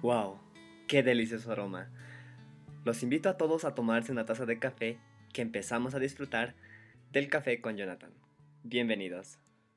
¡Wow! ¡Qué delicioso aroma! Los invito a todos a tomarse una taza de café que empezamos a disfrutar del café con Jonathan. Bienvenidos.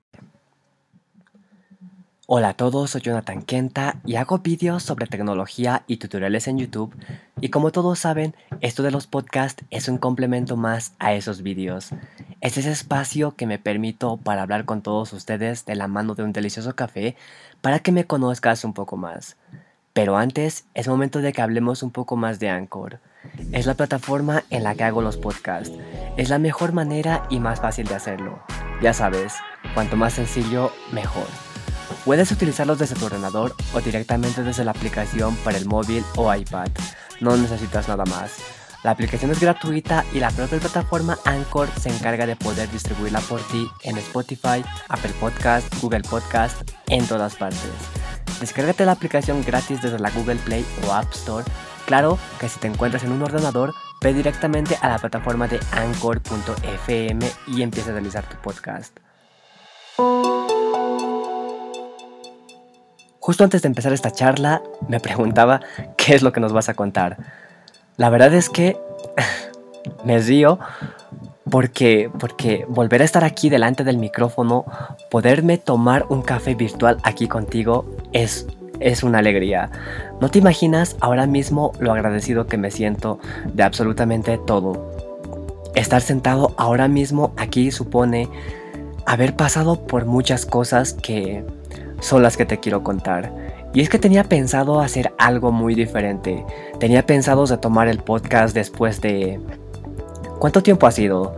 Hola a todos, soy Jonathan Kenta y hago vídeos sobre tecnología y tutoriales en YouTube. Y como todos saben, esto de los podcasts es un complemento más a esos vídeos. Es ese espacio que me permito para hablar con todos ustedes de la mano de un delicioso café para que me conozcas un poco más. Pero antes es momento de que hablemos un poco más de Anchor. Es la plataforma en la que hago los podcasts. Es la mejor manera y más fácil de hacerlo. Ya sabes, cuanto más sencillo, mejor. Puedes utilizarlos desde tu ordenador o directamente desde la aplicación para el móvil o iPad. No necesitas nada más. La aplicación es gratuita y la propia plataforma Anchor se encarga de poder distribuirla por ti en Spotify, Apple Podcast, Google Podcast, en todas partes. Descárgate la aplicación gratis desde la Google Play o App Store. Claro que si te encuentras en un ordenador, ve directamente a la plataforma de Anchor.fm y empieza a realizar tu podcast. Justo antes de empezar esta charla, me preguntaba qué es lo que nos vas a contar. La verdad es que me río porque volver a estar aquí delante del micrófono, poderme tomar un café virtual aquí contigo es una alegría. No te imaginas ahora mismo lo agradecido que me siento de absolutamente todo. Estar sentado ahora mismo aquí supone haber pasado por muchas cosas que son las que te quiero contar. Y es que tenía pensado hacer algo muy diferente. Tenía pensado retomar el podcast después de... ¿Cuánto tiempo ha sido?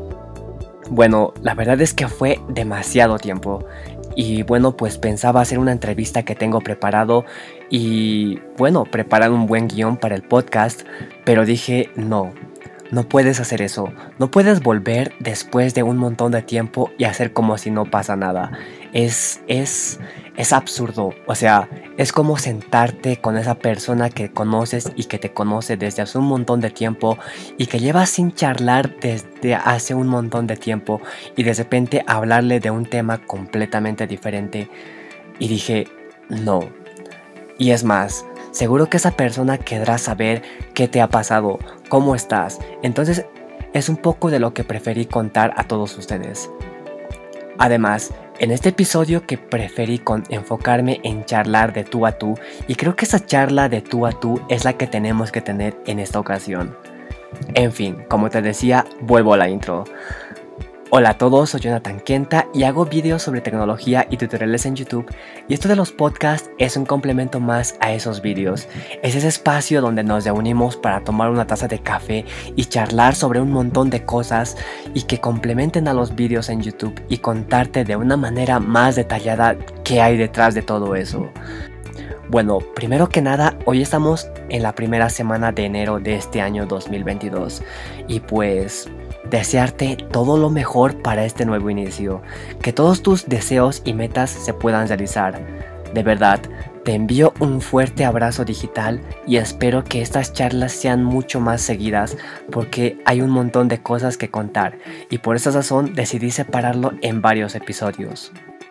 Bueno, la verdad es que fue demasiado tiempo. Y bueno, pues pensaba hacer una entrevista que tengo preparado y bueno, preparar un buen guión para el podcast, pero dije no. No puedes hacer eso, no puedes volver después de un montón de tiempo y hacer como si no pasa nada. Es absurdo, o sea, es como sentarte con esa persona que conoces y que te conoce desde hace un montón de tiempo y que llevas sin charlar desde hace un montón de tiempo y de repente hablarle de un tema completamente diferente. Y dije, no. Y es más, seguro que esa persona querrá saber qué te ha pasado, cómo estás. Entonces es un poco de lo que preferí contar a todos ustedes. Además, en este episodio que preferí enfocarme en charlar de tú a tú, y creo que esa charla de tú a tú es la que tenemos que tener en esta ocasión. En fin, como te decía, vuelvo a la intro. Hola a todos, soy Jonathan Kenta y hago vídeos sobre tecnología y tutoriales en YouTube, y esto de los podcasts es un complemento más a esos vídeos. Es ese espacio donde nos reunimos para tomar una taza de café y charlar sobre un montón de cosas y que complementen a los vídeos en YouTube y contarte de una manera más detallada qué hay detrás de todo eso. Bueno, primero que nada, hoy estamos en la primera semana de enero de este año 2022 y pues desearte todo lo mejor para este nuevo inicio, que todos tus deseos y metas se puedan realizar. De verdad, te envío un fuerte abrazo digital y espero que estas charlas sean mucho más seguidas porque hay un montón de cosas que contar y por esa razón decidí separarlo en varios episodios.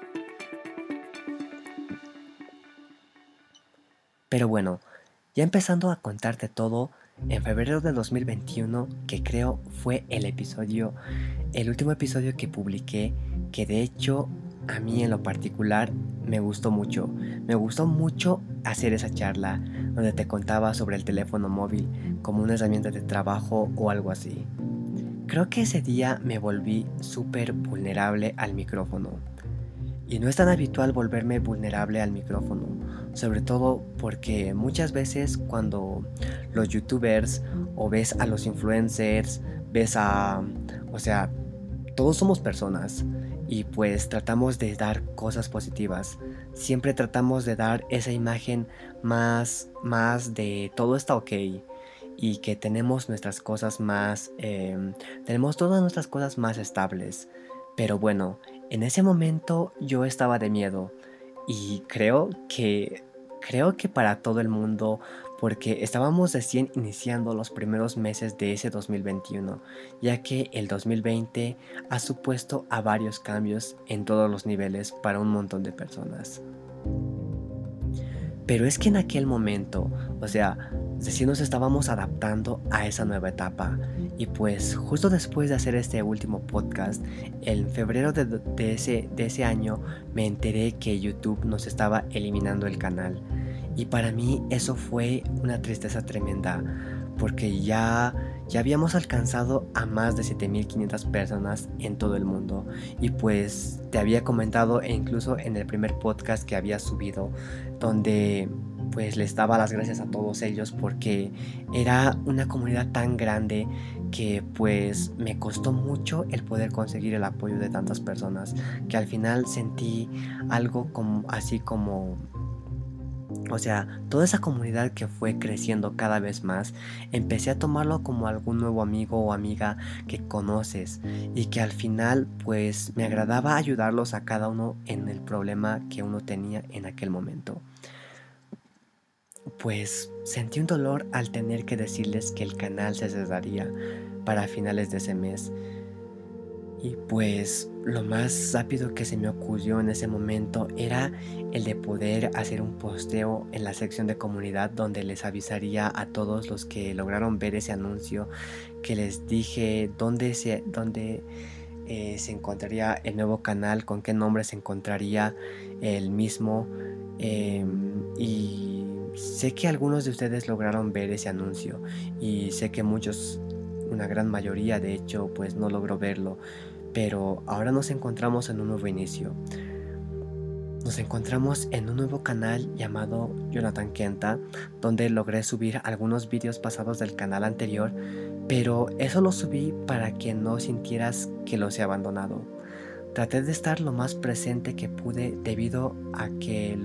Pero bueno, ya empezando a contarte todo, en febrero de 2021, que creo fue el último episodio que publiqué, que de hecho a mí en lo particular me gustó mucho. Me gustó mucho hacer esa charla donde te contaba sobre el teléfono móvil como una herramienta de trabajo o algo así. Creo que ese día me volví súper vulnerable al micrófono. Y no es tan habitual volverme vulnerable al micrófono, sobre todo porque muchas veces cuando los youtubers o ves a los influencers, o sea, todos somos personas y pues tratamos de dar cosas positivas. Siempre tratamos de dar esa imagen más de todo está ok y que tenemos nuestras cosas tenemos todas nuestras cosas más estables. Pero bueno, en ese momento yo estaba de miedo y creo que para todo el mundo, porque estábamos recién iniciando los primeros meses de ese 2021, ya que el 2020 ha supuesto a varios cambios en todos los niveles para un montón de personas. Pero es que en aquel momento, o sea, sí nos estábamos adaptando a esa nueva etapa. Y pues justo después de hacer este último podcast, en febrero de ese año, me enteré que YouTube nos estaba eliminando el canal. Y para mí eso fue una tristeza tremenda, porque ya habíamos alcanzado a más de 7500 personas en todo el mundo. Y pues te había comentado, e incluso en el primer podcast que había subido, donde pues les daba las gracias a todos ellos porque era una comunidad tan grande que pues me costó mucho el poder conseguir el apoyo de tantas personas, que al final sentí algo como así como, o sea, toda esa comunidad que fue creciendo cada vez más, empecé a tomarlo como algún nuevo amigo o amiga que conoces, y que al final pues me agradaba ayudarlos a cada uno en el problema que uno tenía en aquel momento. Pues sentí un dolor al tener que decirles que el canal se cerraría para finales de ese mes. Y pues lo más rápido que se me ocurrió en ese momento era el de poder hacer un posteo en la sección de comunidad donde les avisaría a todos los que lograron ver ese anuncio, que les dije dónde se encontraría el nuevo canal, con qué nombre se encontraría el mismo. Y sé que algunos de ustedes lograron ver ese anuncio, y sé que muchos, una gran mayoría de hecho, pues no logró verlo. Pero ahora nos encontramos en un nuevo inicio. Nos encontramos en un nuevo canal llamado Jonathan Kenta, donde logré subir algunos vídeos pasados del canal anterior, pero eso lo subí para que no sintieras que los he abandonado. Traté de estar lo más presente que pude debido a que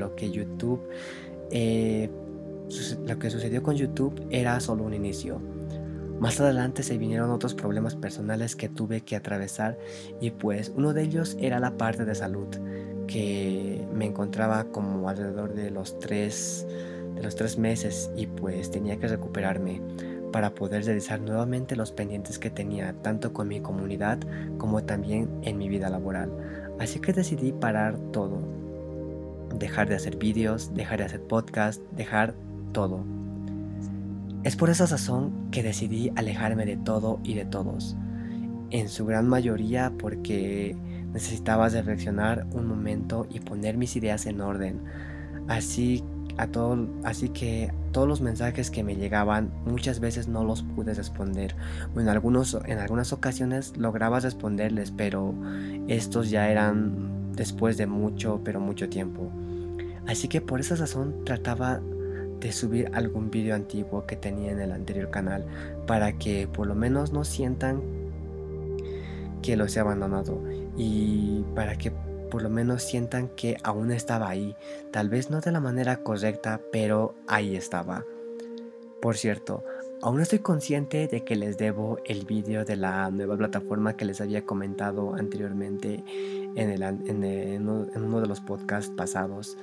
lo que sucedió con YouTube era solo un inicio. Más adelante se vinieron otros problemas personales que tuve que atravesar, y pues uno de ellos era la parte de salud, que me encontraba como alrededor de los 3 meses, y pues tenía que recuperarme para poder realizar nuevamente los pendientes que tenía tanto con mi comunidad como también en mi vida laboral. Así que decidí parar todo, dejar de hacer vídeos, dejar de hacer podcast, dejar todo. Es por esa razón que decidí alejarme de todo y de todos, en su gran mayoría porque necesitaba reflexionar un momento y poner mis ideas en orden. Así, así que todos los mensajes que me llegaban muchas veces no los pude responder, o en algunas ocasiones lograba responderles, pero estos ya eran después de mucho, pero mucho tiempo. Así que por esa razón trataba de subir algún vídeo antiguo que tenía en el anterior canal, para que por lo menos no sientan que los he abandonado, y para que por lo menos sientan que aún estaba ahí, tal vez no de la manera correcta, pero ahí estaba. Por cierto, aún estoy consciente de que les debo el vídeo de la nueva plataforma que les había comentado anteriormente en uno de los podcasts pasados.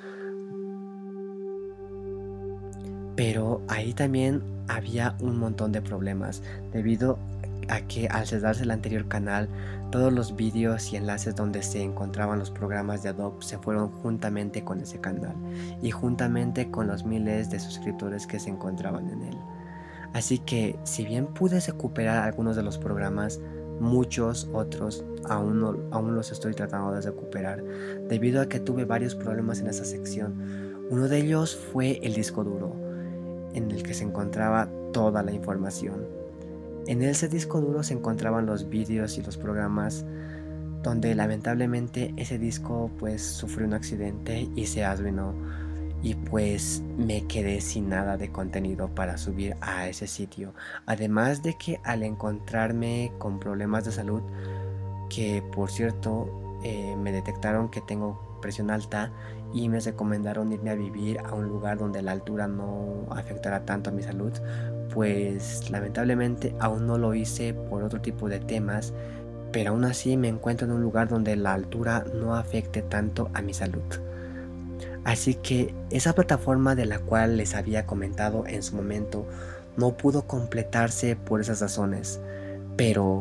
Pero ahí también había un montón de problemas, debido a que al cerrarse el anterior canal, todos los vídeos y enlaces donde se encontraban los programas de Adobe se fueron juntamente con ese canal, y juntamente con los miles de suscriptores que se encontraban en él. Así que si bien pude recuperar algunos de los programas, muchos otros aún los estoy tratando de recuperar, debido a que tuve varios problemas en esa sección. Uno de ellos fue el disco duro, en el que se encontraba toda la información. En ese disco duro se encontraban los vídeos y los programas, donde lamentablemente ese disco pues sufrió un accidente y se arruinó, y pues me quedé sin nada de contenido para subir a ese sitio. Además de que al encontrarme con problemas de salud, que por cierto me detectaron que tengo presión alta, y me recomendaron irme a vivir a un lugar donde la altura no afectara tanto a mi salud, pues lamentablemente aún no lo hice por otro tipo de temas, pero aún así me encuentro en un lugar donde la altura no afecte tanto a mi salud. Así que esa plataforma de la cual les había comentado en su momento no pudo completarse por esas razones, pero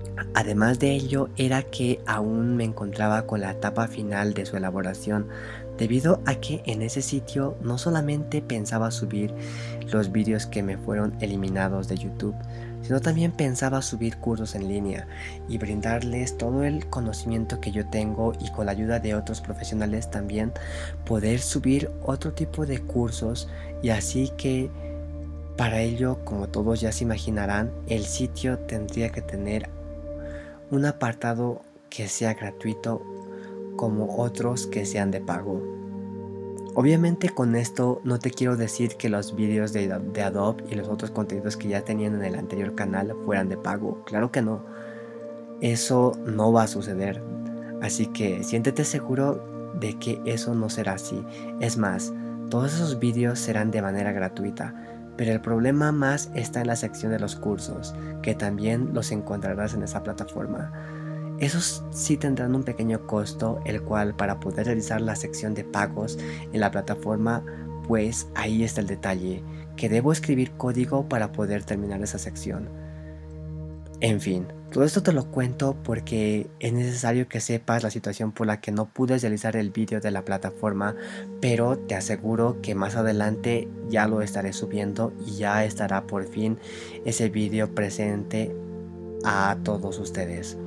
además de ello era que aún me encontraba con la etapa final de su elaboración, debido a que en ese sitio no solamente pensaba subir los vídeos que me fueron eliminados de YouTube, sino también pensaba subir cursos en línea y brindarles todo el conocimiento que yo tengo, y con la ayuda de otros profesionales también poder subir otro tipo de cursos. Y así que para ello, como todos ya se imaginarán, el sitio tendría que tener un apartado que sea gratuito como otros que sean de pago. Obviamente con esto no te quiero decir que los vídeos de Adobe y los otros contenidos que ya tenían en el anterior canal fueran de pago. Claro que no. Eso no va a suceder. Así que siéntete seguro de que eso no será así. Es más, todos esos vídeos serán de manera gratuita. Pero el problema más está en la sección de los cursos, que también los encontrarás en esa plataforma. Esos sí tendrán un pequeño costo, el cual para poder realizar la sección de pagos en la plataforma, pues ahí está el detalle, que debo escribir código para poder terminar esa sección. En fin, todo esto te lo cuento porque es necesario que sepas la situación por la que no pude realizar el vídeo de la plataforma, pero te aseguro que más adelante ya lo estaré subiendo y ya estará por fin ese vídeo presente a todos ustedes.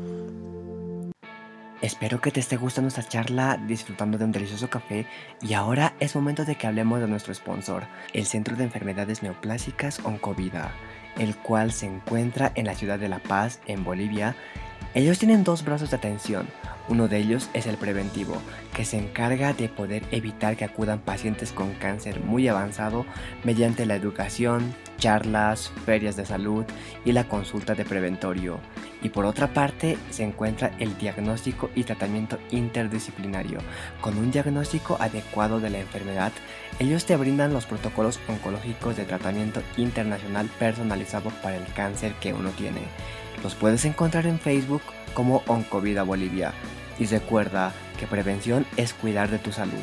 Espero que te esté gustando esta charla, disfrutando de un delicioso café, y ahora es momento de que hablemos de nuestro sponsor, el Centro de Enfermedades Neoplásicas Oncovida, el cual se encuentra en la ciudad de La Paz, en Bolivia. Ellos tienen dos brazos de atención. Uno de ellos es el preventivo, que se encarga de poder evitar que acudan pacientes con cáncer muy avanzado mediante la educación, charlas, ferias de salud y la consulta de preventorio. Y por otra parte se encuentra el diagnóstico y tratamiento interdisciplinario. Con un diagnóstico adecuado de la enfermedad, ellos te brindan los protocolos oncológicos de tratamiento internacional personalizado para el cáncer que uno tiene. Los puedes encontrar en Facebook como Oncovida Bolivia. Y recuerda que prevención es cuidar de tu salud.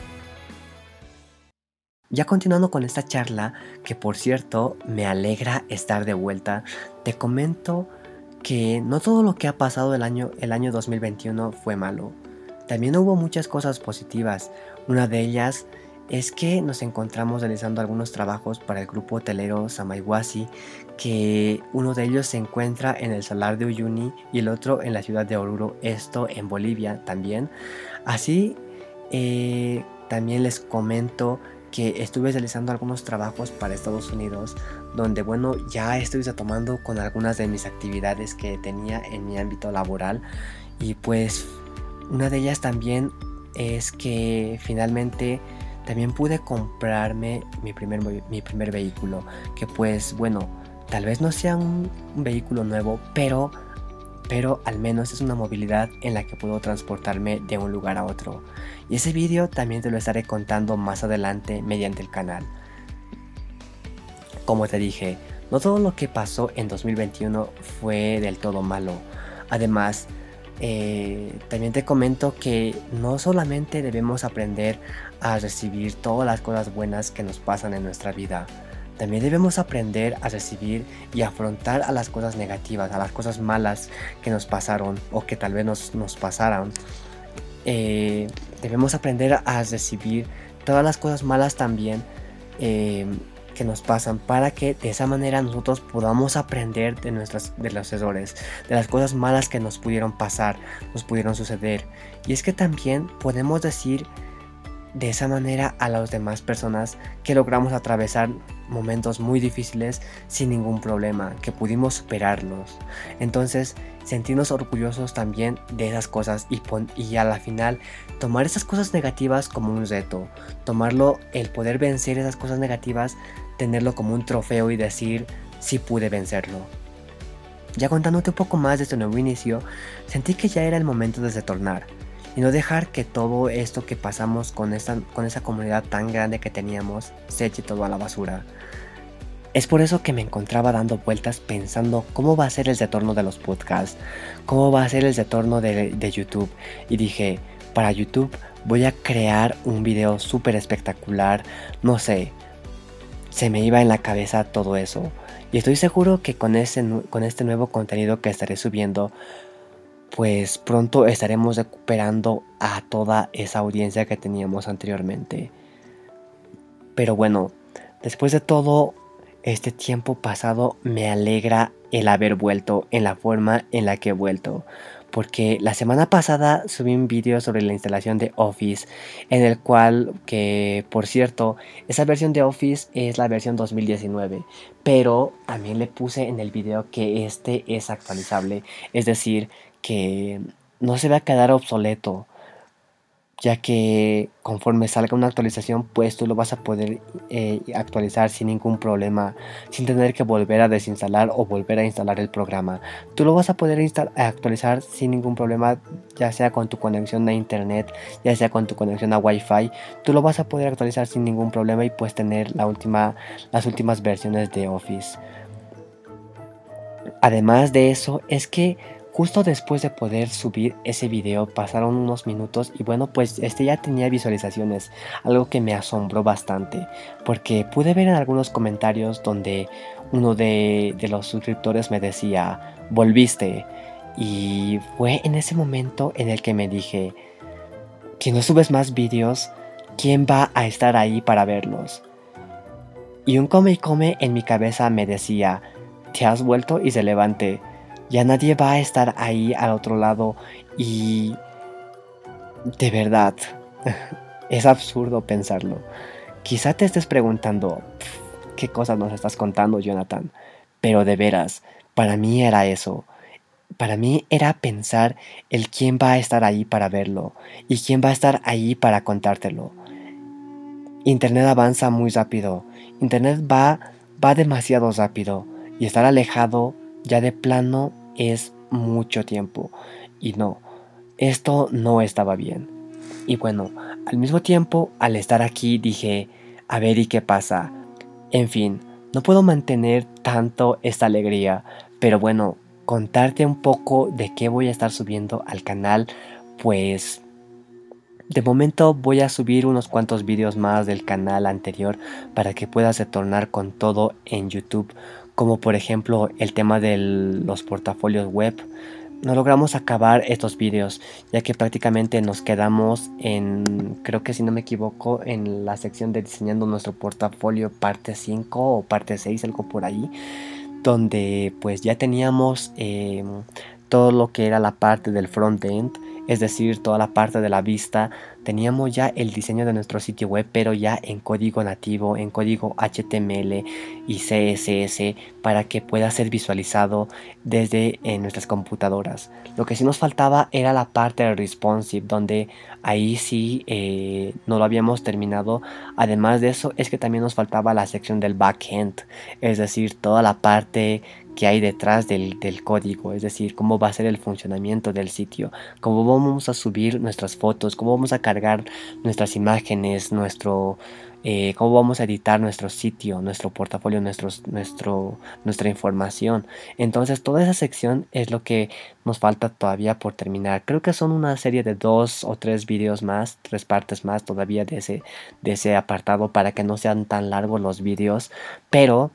Ya continuando con esta charla, que por cierto me alegra estar de vuelta, te comento que no todo lo que ha pasado el año 2021 fue malo. También hubo muchas cosas positivas. Una de ellas es que nos encontramos realizando algunos trabajos para el grupo hotelero Samaiguasi, que uno de ellos se encuentra en el Salar de Uyuni y el otro en la ciudad de Oruro, esto en Bolivia también. Así, también les comento que estuve realizando algunos trabajos para Estados Unidos, donde bueno, ya estoy retomando con algunas de mis actividades que tenía en mi ámbito laboral, y pues una de ellas también es que finalmente también pude comprarme mi primer vehículo, que pues bueno, tal vez no sea un vehículo nuevo, pero al menos es una movilidad en la que puedo transportarme de un lugar a otro. Y ese vídeo también te lo estaré contando más adelante mediante el canal. Como te dije, no todo lo que pasó en 2021 fue del todo malo. Además, también te comento que no solamente debemos aprender a recibir todas las cosas buenas que nos pasan en nuestra vida, también debemos aprender a recibir y afrontar a las cosas negativas, a las cosas malas que nos pasaron o que tal vez nos pasaran. Debemos aprender a recibir todas las cosas malas también que nos pasan, para que de esa manera nosotros podamos aprender de los errores, de las cosas malas que nos pudieron pasar, nos pudieron suceder. Y es que también podemos decir de esa manera a las demás personas que logramos atravesar momentos muy difíciles sin ningún problema, que pudimos superarlos. Entonces, sentirnos orgullosos también de esas cosas, y a la final tomar esas cosas negativas como un reto, tomarlo, el poder vencer esas cosas negativas, tenerlo como un trofeo y decir, sí pude vencerlo. Ya contándote un poco más de este nuevo inicio, sentí que ya era el momento de retornar y no dejar que todo esto que pasamos con esa comunidad tan grande que teníamos se eche todo a la basura. Es por eso que me encontraba dando vueltas pensando cómo va a ser el retorno de los podcasts, cómo va a ser el retorno de YouTube, y dije, para YouTube voy a crear un video súper espectacular, no sé, se me iba en la cabeza todo eso, y estoy seguro que con este nuevo contenido que estaré subiendo pues pronto estaremos recuperando a toda esa audiencia que teníamos anteriormente. Pero bueno, después de todo este tiempo pasado, me alegra el haber vuelto en la forma en la que he vuelto. Porque la semana pasada subí un vídeo sobre la instalación de Office, en el cual, que por cierto, esa versión de Office es la versión 2019, pero también le puse en el vídeo que este es actualizable, es decir, que no se va a quedar obsoleto, ya que conforme salga una actualización, pues tú lo vas a poder actualizar sin ningún problema, sin tener que volver a desinstalar o volver a instalar el programa. Tú lo vas a poder actualizar sin ningún problema, ya sea con tu conexión a internet, ya sea con tu conexión a Wi-Fi. Tú lo vas a poder actualizar sin ningún problema y puedes tener las últimas versiones de Office. Además de eso, es que justo después de poder subir ese video pasaron unos minutos y bueno, pues ya tenía visualizaciones, algo que me asombró bastante, porque pude ver en algunos comentarios donde uno de los suscriptores me decía, volviste, y fue en ese momento en el que me dije, si no subes más vídeos, ¿quién va a estar ahí para verlos? Y un come y come en mi cabeza me decía, te has vuelto y se levante. Ya nadie va a estar ahí al otro lado y de verdad, es absurdo pensarlo. Quizá te estés preguntando, ¿qué cosas nos estás contando, Jonathan? Pero de veras, para mí era eso. Para mí era pensar el quién va a estar ahí para verlo y quién va a estar ahí para contártelo. Internet avanza muy rápido. Internet va demasiado rápido. Y estar alejado ya de plano es mucho tiempo. Y no, esto no estaba bien. Y bueno, al mismo tiempo, al estar aquí dije, a ver y qué pasa. En fin, no puedo mantener tanto esta alegría. Pero bueno, contarte un poco de qué voy a estar subiendo al canal, pues de momento voy a subir unos cuantos vídeos más del canal anterior para que puedas retornar con todo en YouTube, como por ejemplo el tema de los portafolios web. No logramos acabar estos vídeos, ya que prácticamente nos quedamos en, creo que si no me equivoco, en la sección de diseñando nuestro portafolio parte 5 o parte 6, algo por ahí, donde pues ya teníamos todo lo que era la parte del front-end, es decir, toda la parte de la vista. Teníamos ya el diseño de nuestro sitio web, pero ya en código nativo, en código HTML y CSS, para que pueda ser visualizado desde nuestras computadoras. Lo que sí nos faltaba era la parte de responsive, donde ahí sí no lo habíamos terminado. Además de eso, es que también nos faltaba la sección del backend, es decir, toda la parte que hay detrás del código, es decir, cómo va a ser el funcionamiento del sitio, cómo vamos a subir nuestras fotos, cómo vamos a cargar nuestras imágenes, cómo vamos a editar nuestro sitio, nuestro portafolio, nuestra información. Entonces toda esa sección es lo que nos falta todavía por terminar. Creo que son una serie de 2 o 3 vídeos más, 3 partes más todavía de ese apartado, para que no sean tan largos los vídeos, pero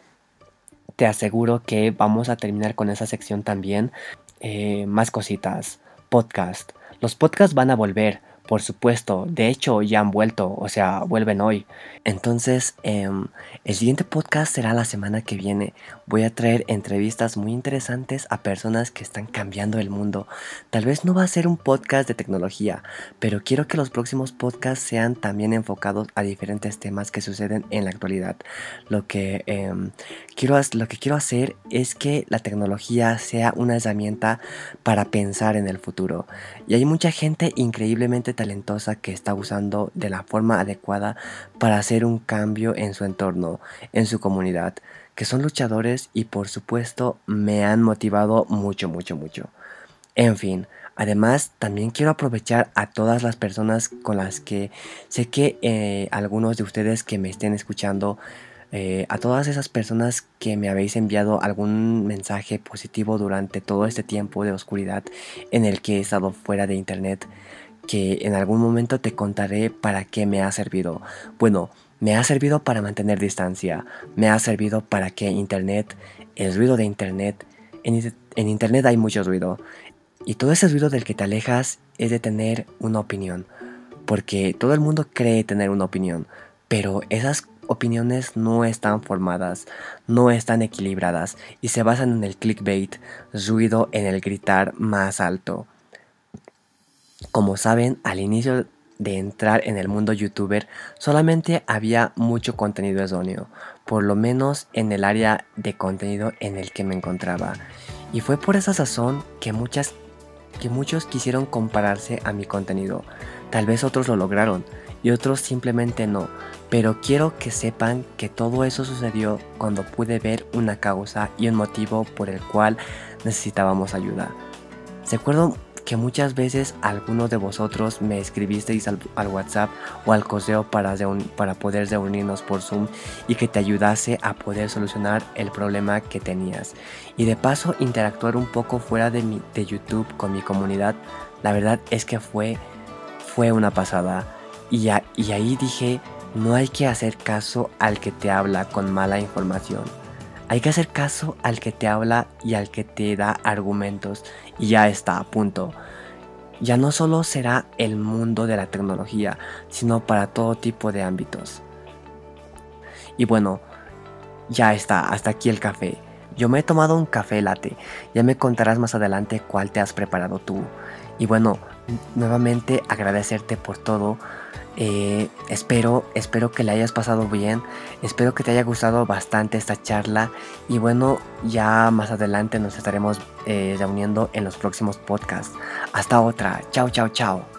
te aseguro que vamos a terminar con esa sección también. Más cositas. Podcast. Los podcasts van a volver, por supuesto. De hecho, ya han vuelto, o sea, vuelven hoy. Entonces, el siguiente podcast será la semana que viene. Voy a traer entrevistas muy interesantes a personas que están cambiando el mundo. Tal vez no va a ser un podcast de tecnología, pero quiero que los próximos podcasts sean también enfocados a diferentes temas que suceden en la actualidad. Lo que quiero hacer es que la tecnología sea una herramienta para pensar en el futuro. Y hay mucha gente increíblemente talentosa que está usando de la forma adecuada para hacer un cambio en su entorno, en su comunidad, que son luchadores y por supuesto me han motivado mucho, mucho, mucho. En fin, además también quiero aprovechar a todas las personas con las que sé que algunos de ustedes que me estén escuchando, a todas esas personas que me habéis enviado algún mensaje positivo durante todo este tiempo de oscuridad en el que he estado fuera de internet, que en algún momento te contaré para qué me ha servido. Bueno, me ha servido para mantener distancia, me ha servido para que internet, el ruido de internet, en internet hay mucho ruido. Y todo ese ruido del que te alejas es de tener una opinión, porque todo el mundo cree tener una opinión, pero esas opiniones no están formadas, no están equilibradas y se basan en el clickbait, ruido en el gritar más alto. Como saben, al inicio de entrar en el mundo youtuber solamente había mucho contenido erróneo, por lo menos en el área de contenido en el que me encontraba. Y fue por esa razón que muchos quisieron compararse a mi contenido. Tal vez otros lo lograron y otros simplemente no, pero quiero que sepan que todo eso sucedió cuando pude ver una causa y un motivo por el cual necesitábamos ayuda. Recuerdo que muchas veces algunos de vosotros me escribisteis al WhatsApp o al correo para poder reunirnos por Zoom y que te ayudase a poder solucionar el problema que tenías. Y de paso interactuar un poco fuera de YouTube con mi comunidad. La verdad es que fue una pasada. Y ahí dije, no hay que hacer caso al que te habla con mala información. Hay que hacer caso al que te habla y al que te da argumentos y ya está, a punto. Ya no solo será el mundo de la tecnología, sino para todo tipo de ámbitos. Y bueno, ya está, hasta aquí el café. Yo me he tomado un café latte, ya me contarás más adelante cuál te has preparado tú. Y bueno, nuevamente agradecerte por todo. Espero que le hayas pasado bien, espero que te haya gustado bastante esta charla y bueno, ya más adelante nos estaremos reuniendo en los próximos podcasts. Hasta otra, chao chao chao.